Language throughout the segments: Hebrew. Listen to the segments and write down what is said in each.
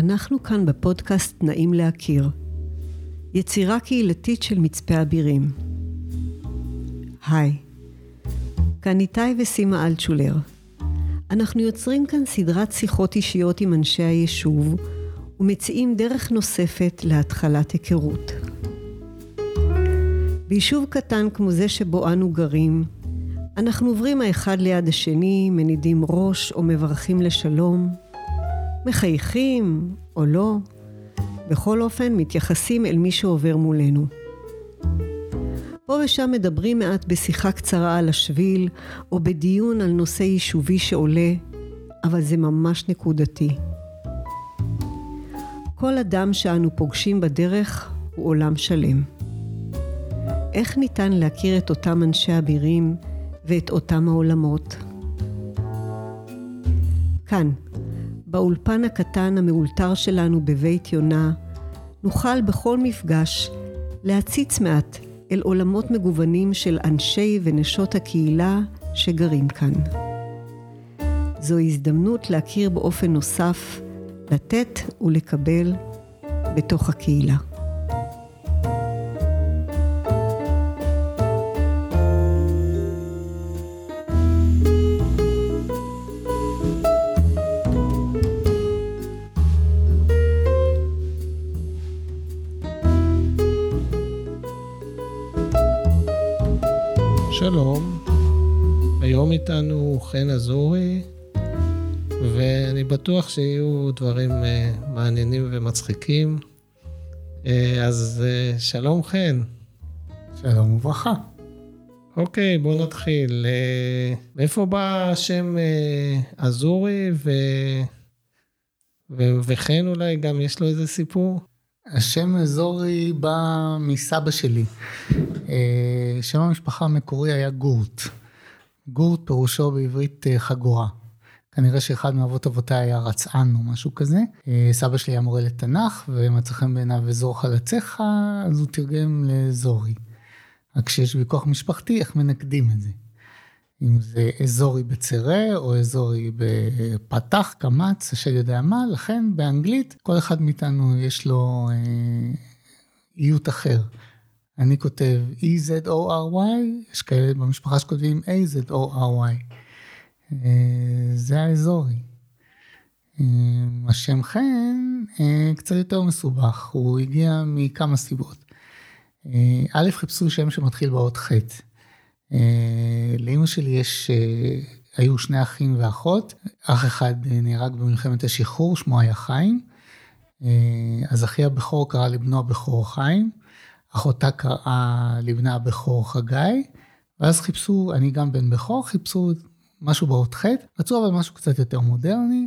אנחנו כאן בפודקאסט נעים להכיר, יצירה קהילתית של מצפה אבירים. היי, כאן איתי וסימה אלטשולר. אנחנו יוצרים כאן סדרת שיחות אישיות עם אנשי היישוב, ומציעים דרך נוספת להתחלת היכרות. ביישוב קטן כמו זה שבו אנו גרים, אנחנו עוברים האחד ליד השני, מנידים ראש או מברכים לשלום, מחייכים או לא, בכל אופן מתייחסים אל מי שעובר מולנו. פה ושם מדברים מעט בשיחה קצרה על השביל, או בדיון על נושא יישובי שעולה, אבל זה ממש נקודתי. כל אדם שאנו פוגשים בדרך הוא עולם שלם. איך ניתן להכיר את אותם אנשי אבירים ואת אותם העולמות? כאן, באולפן הקטן המאולתר שלנו בבית יונה, נוכל בכל מפגש להציץ מעט אל עולמות מגוונים של אנשי ונשות הקהילה שגרים כאן. זו הזדמנות להכיר באופן נוסף, לתת ולקבל בתוך הקהילה. שלום, היום איתנו חן אזורי, ואני בטוח שיהיו דברים מעניינים ומצחיקים. אז שלום חן. שלום וברכה. אוקיי, בוא נתחיל. מאיפה בא השם אזורי, וחן אולי גם יש לו איזה סיפור? השם אזורי בא מסבא שלי. שם המשפחה המקורי היה גורט. גורט פירושו בעברית חגורה. כנראה שאחד מאבות אבותיי היה רצען או משהו כזה. סבא שלי היה מורה לתנ"ך, ומצא חן בעיניו אזור חלציך, אז הוא תרגם לאזורי. רק כשיש ויכוח משפחתי, איך מנקדים את זה? אם זה אזורי בצרה, או אזורי בפתח, קמץ, השד יודע מה, לכן באנגלית, כל אחד מאיתנו יש לו איות אחר. אני כותב E-Z-O-R-Y, יש כאלה במשפחה שכותבים A-Z-O-R-Y. זה האזורי. השם חן קצת יותר מסובך, הוא הגיע מכמה סיבות. א', חיפשו שם שמתחיל באות חטא. לאמא שלי היו שני אחים ואחות, אח אחד נהרג במלחמת השחרור, שמו היה חיים, אז אחי הבכור קרא לבנו הבכור חיים, אחותה קראה לבנה הבכור חגי, ואז חיפשו, אני גם בן בכור, חיפשו משהו באות חטא, רצו אבל משהו קצת יותר מודרני,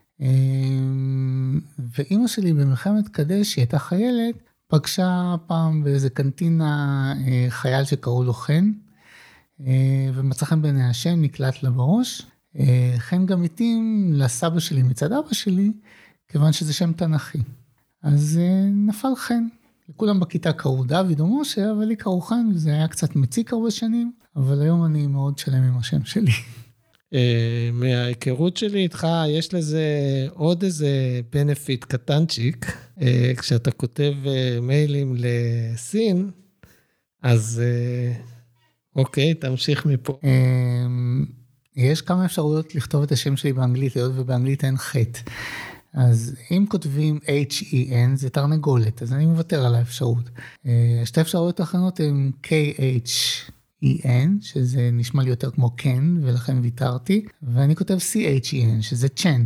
ואמא שלי במלחמת קדש, היא הייתה חיילת, פגשה פעם באיזה קנטינה חייל שקראו לו חן, ומצא חן בעיני השם, נקלט לה בראש. חן גם התאים לסבא שלי מצד אבא שלי, כיוון שזה שם תנכי. אז נפל חן. לכולם בכיתה קראו דוד או משה, אבל לי קראו חן, וזה היה קצת מציק הרבה שנים, אבל היום אני מאוד שלם עם השם שלי. מההיכרות שלי איתך, יש לזה עוד איזה בנפיט קטנצ'יק, כשאתה כותב מיילים לסין, אז אוקיי, תמשיך מפה. יש כמה אפשרויות לכתוב את השם שלי באנגלית, ובאנגלית אין חטא. אז אם כותבים H-E-N, זה תרנגולת, אז אני מוותר על האפשרות. שתי אפשרויות האחרונות הן K-H-E-N, שזה נשמע לי יותר כמו כן, ולכן ויתרתי, ואני כותב C-H-E-N, שזה צ'ן.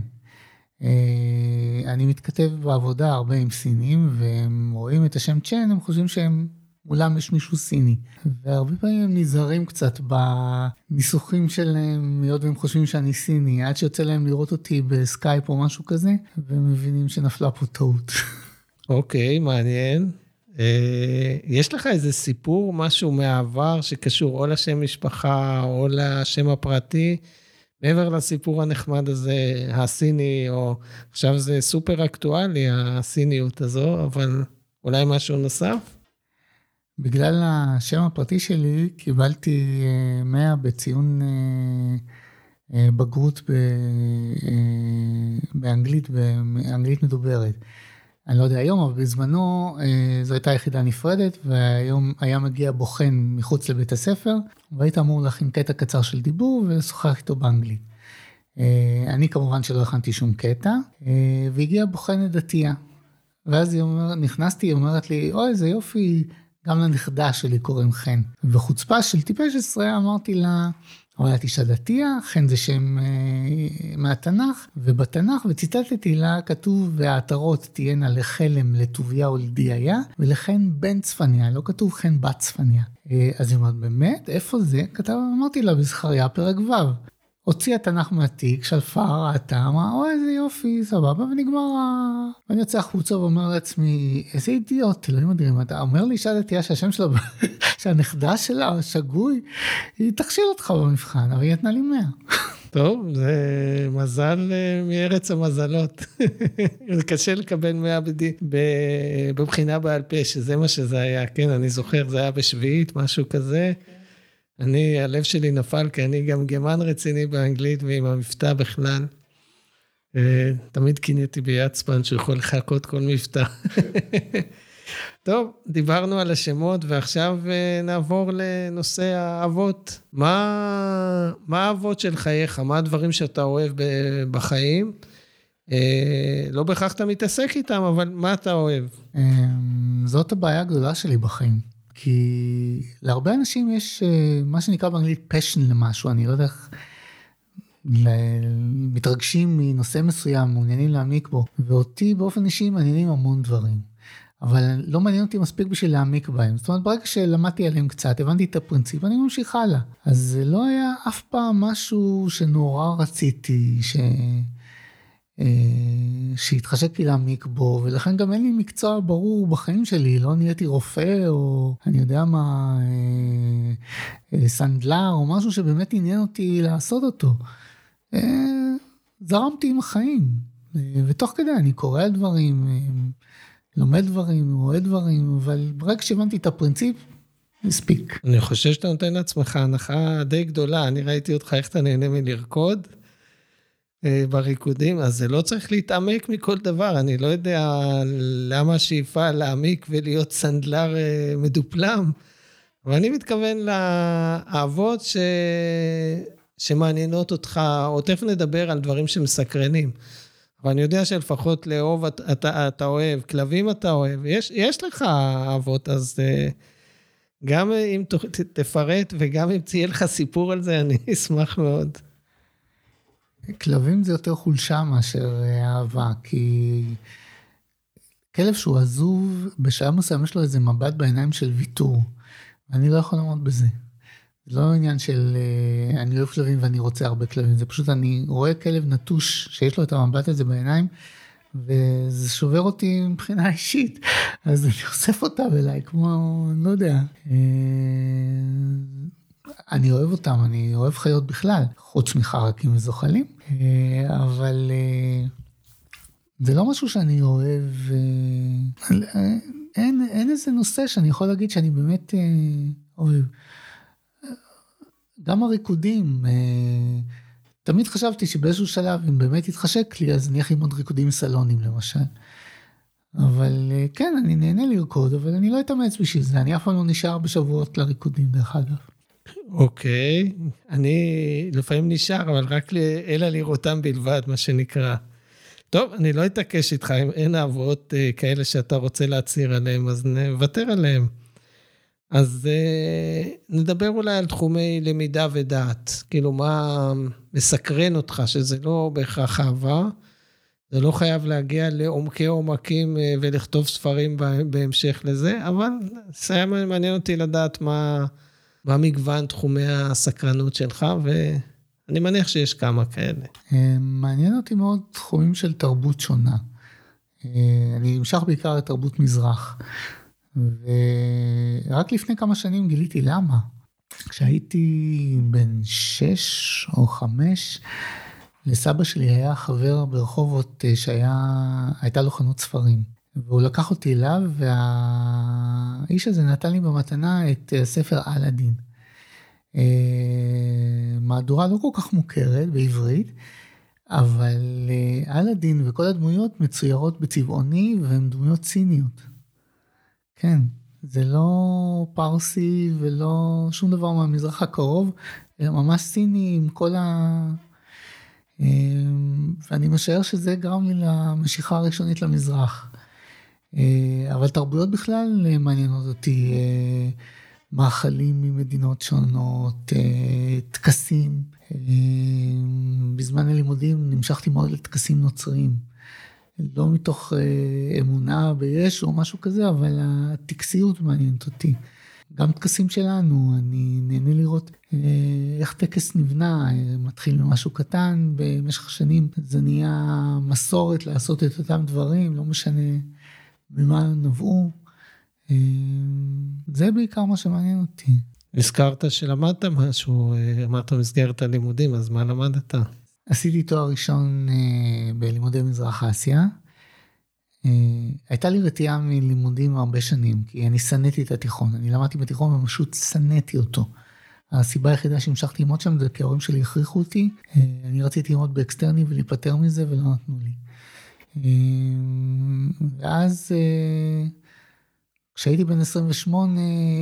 אני מתכתב בעבודה הרבה עם סינים, והם רואים את השם צ'ן, הם חושבים שהם אולם יש מישהו סיני, והרבה פעמים הם נזהרים קצת בניסוחים שלהם, היות והם חושבים שאני סיני, עד שיוצא להם לראות אותי בסקייפ או משהו כזה, והם מבינים שנפלה פה טעות. אוקיי, מעניין. יש לך איזה סיפור, משהו מהעבר שקשור או לשם משפחה או לשם הפרטי, מעבר לסיפור הנחמד הזה, הסיני, או עכשיו זה סופר אקטואלי, הסיניות הזו, אבל אולי משהו נוסף? בגלל השם הפרטי שלי קיבלתי 100 בציון בגרות באנגלית מדוברת. אני לא יודע היום, אבל בזמנו זו הייתה יחידה נפרדת, והיום היה מגיע בוחן מחוץ לבית הספר, והיית אמור להכין קטע קצר של דיבור, ולשוחח איתו באנגלית. אני כמובן שלא הכנתי שום קטע, והגיעה בוחנת דתייה. ואז נכנסתי, היא אומרת לי, אוי, איזה יופי, גם לנכדה שלי קוראים חן. וחוצפה של טיפש 10, אמרתי לה, אבל את אישה דתייה, חן זה שם מהתנ"ך, ובתנ"ך, וציטטתי לה, כתוב, והעטרות תהיינה לחלם, לטוביה ולדיה, ולחן בן צפניה, לא כתוב חן בת צפניה. אז היא אומרת, באמת? איפה זה? אמרתי לה, בזכריה פרק ו'. הוציאה תנ"ך מהתיק, שלפה, ראתה, אמרה, אוי, איזה יופי, סבבה, ונגמר. ואני יוצא החוצה ואומר לעצמי, איזה אידיוט, אלוהים אדירים, אתה אומר לי אישה דתייה שהשם שלה, שהנכדה שלה שגוי, היא תכשיל אותך במבחן, אבל היא נתנה לי 100. טוב, זה מזל מארץ המזלות. זה קשה לקבל 100 בבחינה בעל פה, שזה מה שזה היה, כן, אני זוכר, זה היה בשביעית, משהו כזה. הלב שלי נפל, כי אני גם גמן רציני באנגלית, ועם המבטא בכלל. תמיד כיניתי ביצפן, שהוא יכול לחכות כל מבטא. טוב, דיברנו על השמות, ועכשיו נעבור לנושא האהבות. מה האהבות של חייך? מה הדברים שאתה אוהב בחיים? לא בהכרח אתה מתעסק איתם, אבל מה אתה אוהב? זאת הבעיה הגדולה שלי בחיים. כי להרבה אנשים יש מה שנקרא באנגלית passion למשהו, אני לא יודע איך, מתרגשים מנושא מסוים, מעוניינים להעמיק בו, ואותי באופן אישי מעניינים המון דברים, אבל לא מעניין אותי מספיק בשביל להעמיק בהם, זאת אומרת ברגע שלמדתי עליהם קצת, הבנתי את הפרינציפ, אני ממשיך הלאה, אז זה לא היה אף פעם משהו שנורא רציתי, שהתחשק לי להעמיק בו, ולכן גם אין לי מקצוע ברור בחיים שלי, לא נהייתי רופא, או אני יודע מה, סנדלר, או משהו שבאמת עניין אותי לעשות אותו. זרמתי עם החיים, ותוך כדי אני קורא דברים, לומד דברים, רואה דברים, אבל ברגע שהבנתי את הפרינציפ, מספיק. אני חושב שאתה נותן לעצמך הנחה די גדולה, אני ראיתי אותך איך אתה נהנה מלרקוד, בריקודים, אז זה לא צריך להתעמק מכל דבר, אני לא יודע למה השאיפה להעמיק ולהיות סנדלר מדופלם, אבל אני מתכוון לאהבות שמעניינות אותך, או תכף נדבר על דברים שמסקרנים, אבל אני יודע שלפחות לאהוב אתה אוהב, כלבים אתה אוהב, יש לך אהבות, אז גם אם תפרט וגם אם תהיה לך סיפור על זה, אני אשמח מאוד. כלבים זה יותר חולשה מאשר אהבה, כי כלב שהוא עזוב, בשעה מסוים יש לו איזה מבט בעיניים של ויתור, ואני לא יכול לעמוד בזה. זה לא עניין של אני אוהב כלבים ואני רוצה הרבה כלבים, זה פשוט אני רואה כלב נטוש שיש לו את המבט הזה בעיניים, וזה שובר אותי מבחינה אישית, אז אני אוסף אותה אליי, כמו, לא יודע, אני אוהב אותם, אני אוהב חיות בכלל, חוץ מחרקים וזוחלים, אבל זה לא משהו שאני אוהב, אין איזה נושא שאני יכול להגיד שאני באמת אוהב. גם הריקודים, תמיד חשבתי שבאיזשהו שלב, אם באמת יתחשק לי, אז אני אכין עוד ריקודים סלונים למשל. אבל כן, אני נהנה לרקוד, אבל אני לא אתאמץ בשביל זה, אני אף פעם לא נשאר בשבועות לריקודים דרך אגב. אוקיי, אני לפעמים נשאר, אבל רק אלא לראותם בלבד, מה שנקרא. טוב, אני לא אתעקש איתך, אם אין אהבות כאלה שאתה רוצה להצהיר עליהם, אז נוותר עליהם. אז נדבר אולי על תחומי למידה ודעת, כאילו מה מסקרן אותך, שזה לא בהכרח אהבה, זה לא חייב להגיע לעומקי עומקים ולכתוב ספרים בהמשך לזה, אבל זה היה מעניין אותי לדעת מה מגוון תחומי הסקרנות שלך, ואני מניח שיש כמה כאלה. מעניין אותי מאוד תחומים של תרבות שונה. אני אמשך בעיקר לתרבות מזרח, ורק לפני כמה שנים גיליתי למה. כשהייתי בן 6 או 5, לסבא שלי היה חבר ברחובות שהייתה לו חנות ספרים. והוא לקח אותי אליו, והאיש הזה נתן לי במתנה את ספר אלאדין. המהדורה לא כל כך מוכרת בעברית, אבל אלאדין וכל הדמויות מצוירות בצבעוני, והן דמויות סיניות. כן, זה לא פרסי ולא שום דבר מהמזרח הקרוב, אלא ממש סיני עם כל ואני משער שזה גרם לי למשיכה הראשונית למזרח. אבל תרבויות בכלל מעניינות אותי, מאכלים ממדינות שונות, טקסים. בזמן הלימודים נמשכתי מאוד לטקסים נוצריים. לא מתוך אמונה ביש או משהו כזה, אבל הטקסיות מעניינת אותי. גם טקסים שלנו, אני נהנה לראות איך טקס נבנה, מתחיל ממשהו קטן, במשך שנים זה נהיה מסורת לעשות את אותם דברים, לא משנה ממה נבעו. זה בעיקר מה שמעניין אותי. הזכרת שלמדת משהו, אמרת במסגרת הלימודים, אז מה למדת? עשיתי תואר ראשון בלימודי מזרח אסיה. הייתה לי רתיעה מלימודים הרבה שנים, כי אני שנאתי את התיכון. אני למדתי בתיכון ומפשוט שנאתי אותו. הסיבה היחידה שהמשכתי ללמוד שם זה כי ההורים שלי הכריחו אותי. אני רציתי ללמוד באקסטרני ולהיפטר מזה ולא נתנו לי. ואז כשהייתי בן 28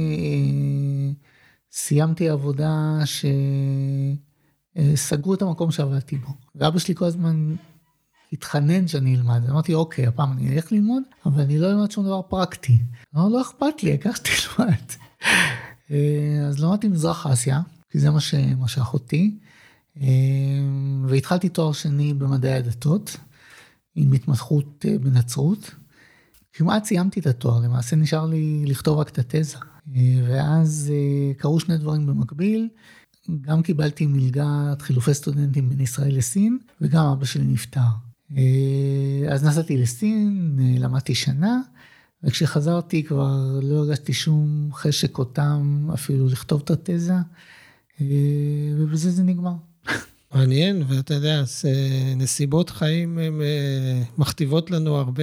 סיימתי עבודה שסגרו את המקום שעבדתי בו. ואבא שלי כל הזמן התחנן שאני אלמד. אמרתי, אוקיי, הפעם אני אלך ללמוד, אבל אני לא אלמד שום דבר פרקטי. לא אכפת לי, העיקר שתלמד. אז למדתי מזרח אסיה, כי זה מה שמשך אותי. והתחלתי תואר שני במדעי הדתות, עם התמחות בנצרות. כמעט סיימתי את התואר, למעשה נשאר לי לכתוב רק את התזה. ואז קרו שני דברים במקביל, גם קיבלתי מלגת חילופי סטודנטים בין ישראל לסין, וגם אבא שלי נפטר. אז נסעתי לסין, למדתי שנה, וכשחזרתי כבר לא הרגשתי שום חשק אותם, אפילו לכתוב את התזה, ובזה זה נגמר. מעניין, ואתה יודע, נסיבות חיים מכתיבות לנו הרבה.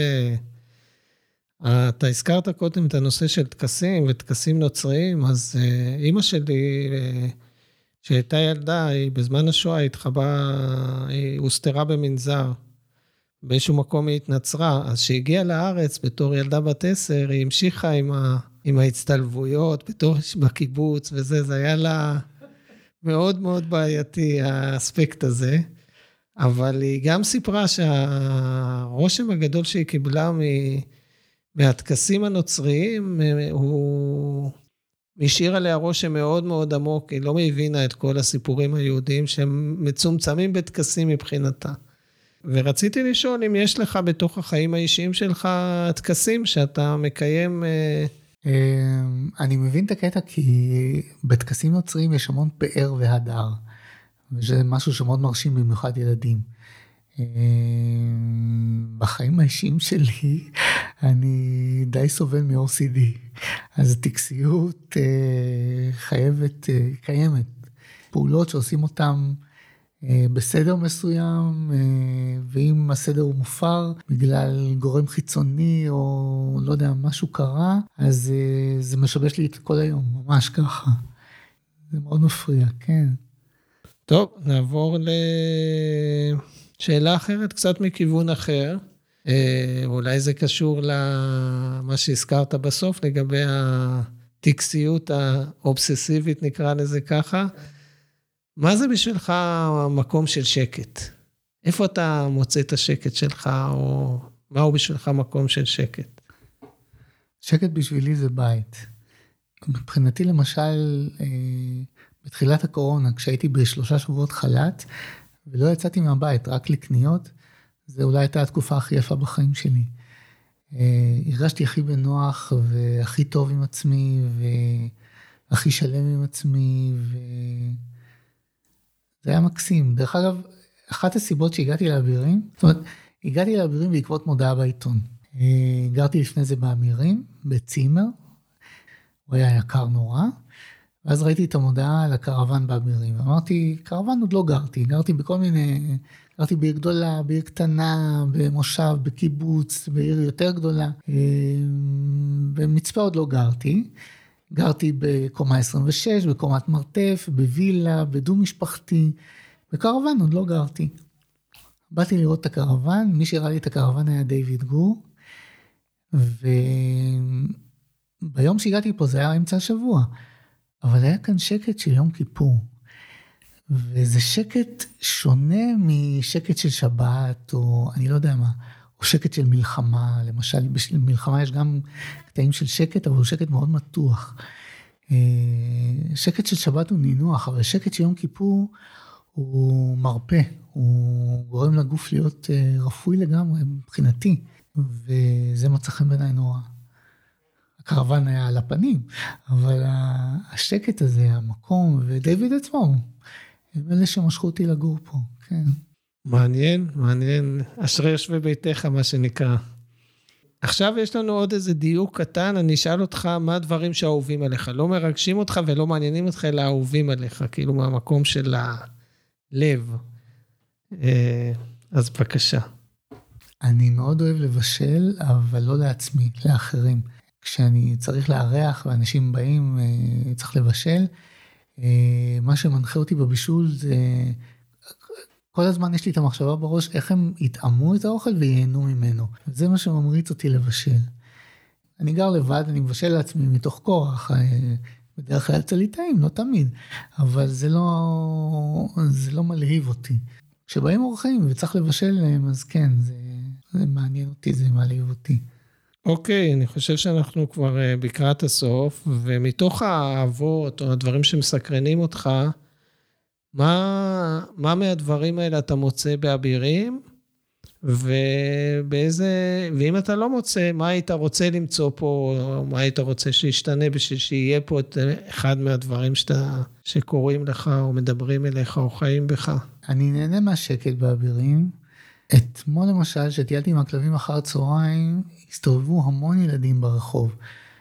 אתה הזכרת קודם את הנושא של טקסים וטקסים נוצריים, אז אמא שלי, שהייתה ילדה, היא בזמן השואה היא הוסתרה במנזר, באיזשהו מקום היא התנצרה, אז שהגיעה לארץ בתור ילדה בת 10, היא המשיכה עם ההצטלבויות, בתור בקיבוץ וזה, זה היה לה מאוד מאוד בעייתי האספקט הזה, אבל היא גם סיפרה שהרושם הגדול שהיא קיבלה מהטקסים הנוצריים, הוא השאיר עליה רושם מאוד מאוד עמוק, היא לא מבינה את כל הסיפורים היהודיים שהם מצומצמים בטקסים מבחינתה. ורציתי לשאול אם יש לך בתוך החיים האישיים שלך טקסים שאתה מקיים. אני מבין את הקטע כי בטקסים נוצריים יש המון פאר והדר, וזה משהו שמאוד מרשים במיוחד ילדים. בחיים האישיים שלי אני די סובל מ-OCD, אז הטקסיות קיימת. פעולות שעושים אותם בסדר מסוים, ואם הסדר הוא מופר בגלל גורם חיצוני או לא יודע, משהו קרה, אז זה משבש לי את כל היום, ממש ככה. זה מאוד מפריע, כן. טוב, נעבור לשאלה אחרת, קצת מכיוון אחר. אולי זה קשור למה שהזכרת בסוף, לגבי הטקסיות האובססיבית, נקרא לזה ככה. מה זה בשבילך המקום של שקט? איפה אתה מוצא את השקט שלך, או מהו בשבילך מקום של שקט? שקט בשבילי זה בית. מבחינתי למשל, בתחילת הקורונה, כשהייתי ב3 שבועות חל"ת, ולא יצאתי מהבית, רק לקניות, זה אולי הייתה התקופה הכי יפה בחיים שלי. הרגשתי הכי בנוח, והכי טוב עם עצמי, והכי שלם עם עצמי, זה היה מקסים. דרך אגב, אחת הסיבות שהגעתי לאבירים, זאת אומרת, הגעתי לאבירים בעקבות מודעה בעיתון. גרתי לפני זה באמירים, בצימר, הוא היה יקר נורא, ואז ראיתי את המודעה על הקרוון באבירים, ואמרתי, קרוון עוד לא גרתי בכל מיני, גרתי בעיר גדולה, בעיר קטנה, במושב, בקיבוץ, בעיר יותר גדולה, במצפה עוד לא גרתי, גרתי בקומה 26, בקומת מרתף, בווילה, בדו משפחתי, בקרוון עוד לא גרתי. באתי לראות את הקרוון, מי שראה לי את הקרוון היה דיוויד גור, וביום שהגעתי פה זה היה אמצע השבוע, אבל היה כאן שקט של יום כיפור, וזה שקט שונה משקט של שבת, או אני לא יודע מה, או שקט של מלחמה, למשל במלחמה יש גם קטעים של שקט, אבל הוא שקט מאוד מתוח. שקט של שבת הוא נינוח, אבל שקט של יום כיפור הוא מרפא, הוא גורם לגוף להיות רפוי לגמרי מבחינתי, וזה מצא חן בעיניי נורא. הקרוון היה על הפנים, אבל השקט הזה, המקום, ודייוויד עצמו, הם אלה שמשכו אותי לגור פה, כן. מעניין, מעניין. אשרי יושבי ביתך, מה שנקרא. עכשיו יש לנו עוד איזה דיוק קטן, אני אשאל אותך מה הדברים שאהובים עליך. לא מרגשים אותך ולא מעניינים אותך, אלא אהובים עליך, כאילו מהמקום של הלב. אז בבקשה. אני מאוד אוהב לבשל, אבל לא לעצמי, לאחרים. כשאני צריך לארח ואנשים באים, צריך לבשל, מה שמנחה אותי בבישול זה, כל הזמן יש לי את המחשבה בראש, איך הם יטעמו את האוכל וייהנו ממנו. זה מה שממריץ אותי לבשל. אני גר לבד, אני מבשל לעצמי מתוך כורח, בדרך כלל יצא לי טעים, לא תמיד, אבל זה לא מלהיב אותי. כשבאים אורחים וצריך לבשל להם, אז כן, זה מעניין אותי, זה מלהיב אותי. אוקיי, אני חושב שאנחנו כבר בקראת הסוף, ומתוך האהבות או הדברים שמסקרנים אותך, מה מהדברים האלה אתה מוצא באבירים, ואם אתה לא מוצא, מה היית רוצה למצוא פה, או מה היית רוצה שישתנה בשביל שיהיה פה את אחד מהדברים שקוראים לך, או מדברים אליך, או חיים בך? אני נהנה מהשקט באבירים. אתמול למשל, שטיילתי עם הכלבים אחר צהריים, הסתובבו המון ילדים ברחוב,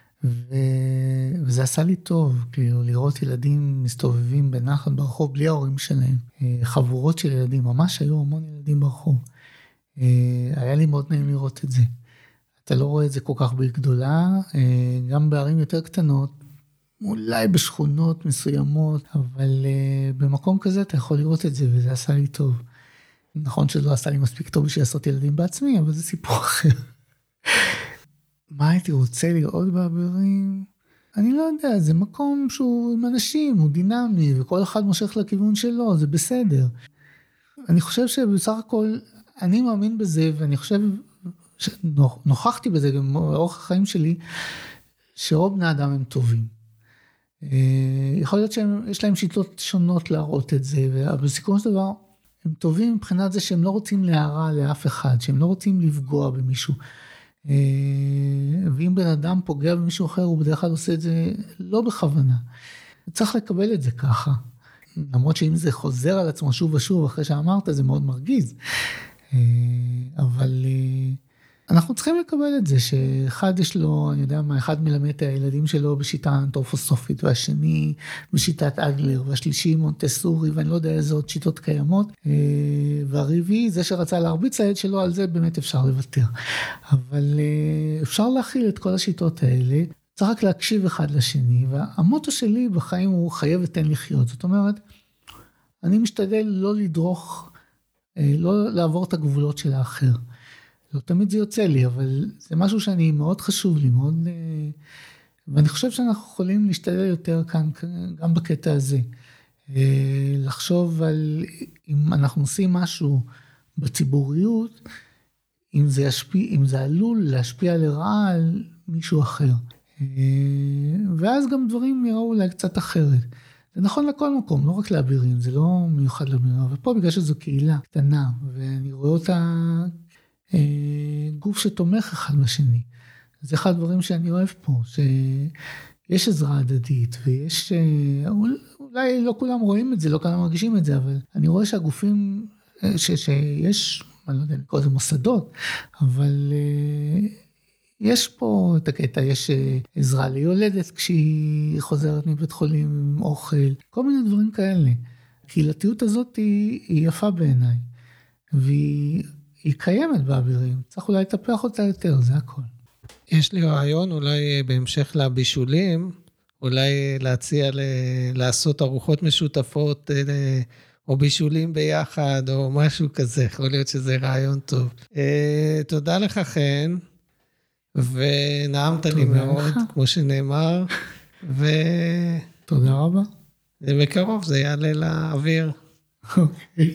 וזה עשה לי טוב, כאילו, לראות ילדים מסתובבים בנחת ברחוב, בלי ההורים שלהם, חבורות של ילדים, ממש היו המון ילדים ברחוב. היה לי מאוד נעים לראות את זה. אתה לא רואה את זה כל כך בעיר גדולה, גם בערים יותר קטנות, אולי בשכונות מסוימות, אבל במקום כזה אתה יכול לראות את זה, וזה עשה לי טוב. נכון שלא עשה לי מספיק טוב בשביל לעשות ילדים בעצמי, אבל זה סיפור אחר. מה הייתי רוצה לראות באבירים? אני לא יודע, זה מקום שהוא עם אנשים, הוא דינמי, וכל אחד מושך לכיוון שלו, זה בסדר. אני חושב שבסך הכל, אני מאמין בזה, ואני חושב, נוכחתי בזה גם באורח החיים שלי, שרוב בני אדם הם טובים. יכול להיות שיש להם שיטות שונות להראות את זה, אבל בסיכום של דבר, הם טובים מבחינת זה שהם לא רוצים להרע לאף אחד, שהם לא רוצים לפגוע במישהו. ואם בן אדם פוגע במישהו אחר, הוא בדרך כלל עושה את זה לא בכוונה. צריך לקבל את זה ככה. למרות שאם זה חוזר על עצמו שוב ושוב, אחרי שאמרת, זה מאוד מרגיז. אבל אנחנו צריכים לקבל את זה, שאחד יש לו, אני יודע מה, אחד מלמד את הילדים שלו בשיטה אנתרופוסופית, והשני בשיטת אדלר, והשלישי מונטסורי, ואני לא יודע איזה עוד שיטות קיימות, והרביעי, זה שרצה להרביץ לילד שלו, על זה באמת אפשר לוותר. אבל אפשר להכיל את כל השיטות האלה, צריך רק להקשיב אחד לשני, והמוטו שלי בחיים הוא חייב ותן לחיות. זאת אומרת, אני משתדל לא לדרוך, לא לעבור את הגבולות של האחר. לא תמיד זה יוצא לי, אבל זה משהו שאני מאוד חשוב לי, מאוד, ואני חושב שאנחנו יכולים להשתדל יותר כאן, גם בקטע הזה. לחשוב על, אם אנחנו עושים משהו בציבוריות, אם זה עלול להשפיע לרעה על מישהו אחר. ואז גם דברים יראו אולי קצת אחרת. זה נכון לכל מקום, לא רק לאבירים, זה לא מיוחד לאבירים, אבל פה בגלל שזו קהילה קטנה, ואני רואה אותה גוף שתומך אחד בשני. זה אחד הדברים שאני אוהב פה, שיש עזרה הדדית, ויש, אולי לא כולם רואים את זה, לא כולם מרגישים את זה, אבל אני רואה שהגופים, שיש, אני לא יודע, לקרוא לזה מוסדות, אבל יש פה את הקטע, יש עזרה ליולדת כשהיא חוזרת מבית חולים עם אוכל, כל מיני דברים כאלה. הקהילתיות הזאת היא יפה בעיניי, והיא קיימת באבירים, צריך אולי לטפח אותה יותר, זה הכל. יש לי רעיון, אולי בהמשך לבישולים, אולי להציע לעשות ארוחות משותפות, או בישולים ביחד, או משהו כזה, יכול להיות שזה רעיון טוב. תודה לך, חן, ונעמת לי מאוד, כמו שנאמר, תודה רבה. ובקרוב זה יעלה לאוויר. אוקיי.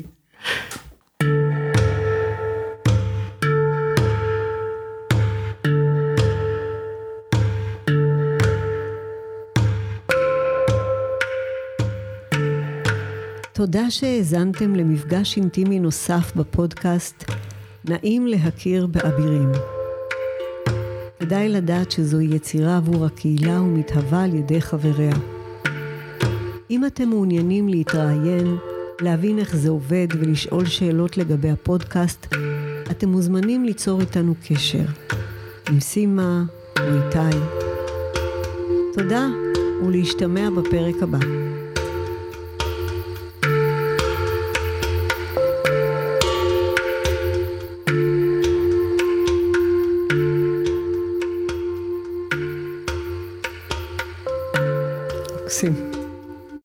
תודה שהאזנתם למפגש אינטימי נוסף בפודקאסט, נעים להכיר באבירים. כדאי לדעת שזוהי יצירה עבור הקהילה ומתהווה על ידי חבריה. אם אתם מעוניינים להתראיין, להבין איך זה עובד ולשאול שאלות לגבי הפודקאסט, אתם מוזמנים ליצור איתנו קשר, עם סימה או איתי. תודה ולהשתמע בפרק הבא. Sim.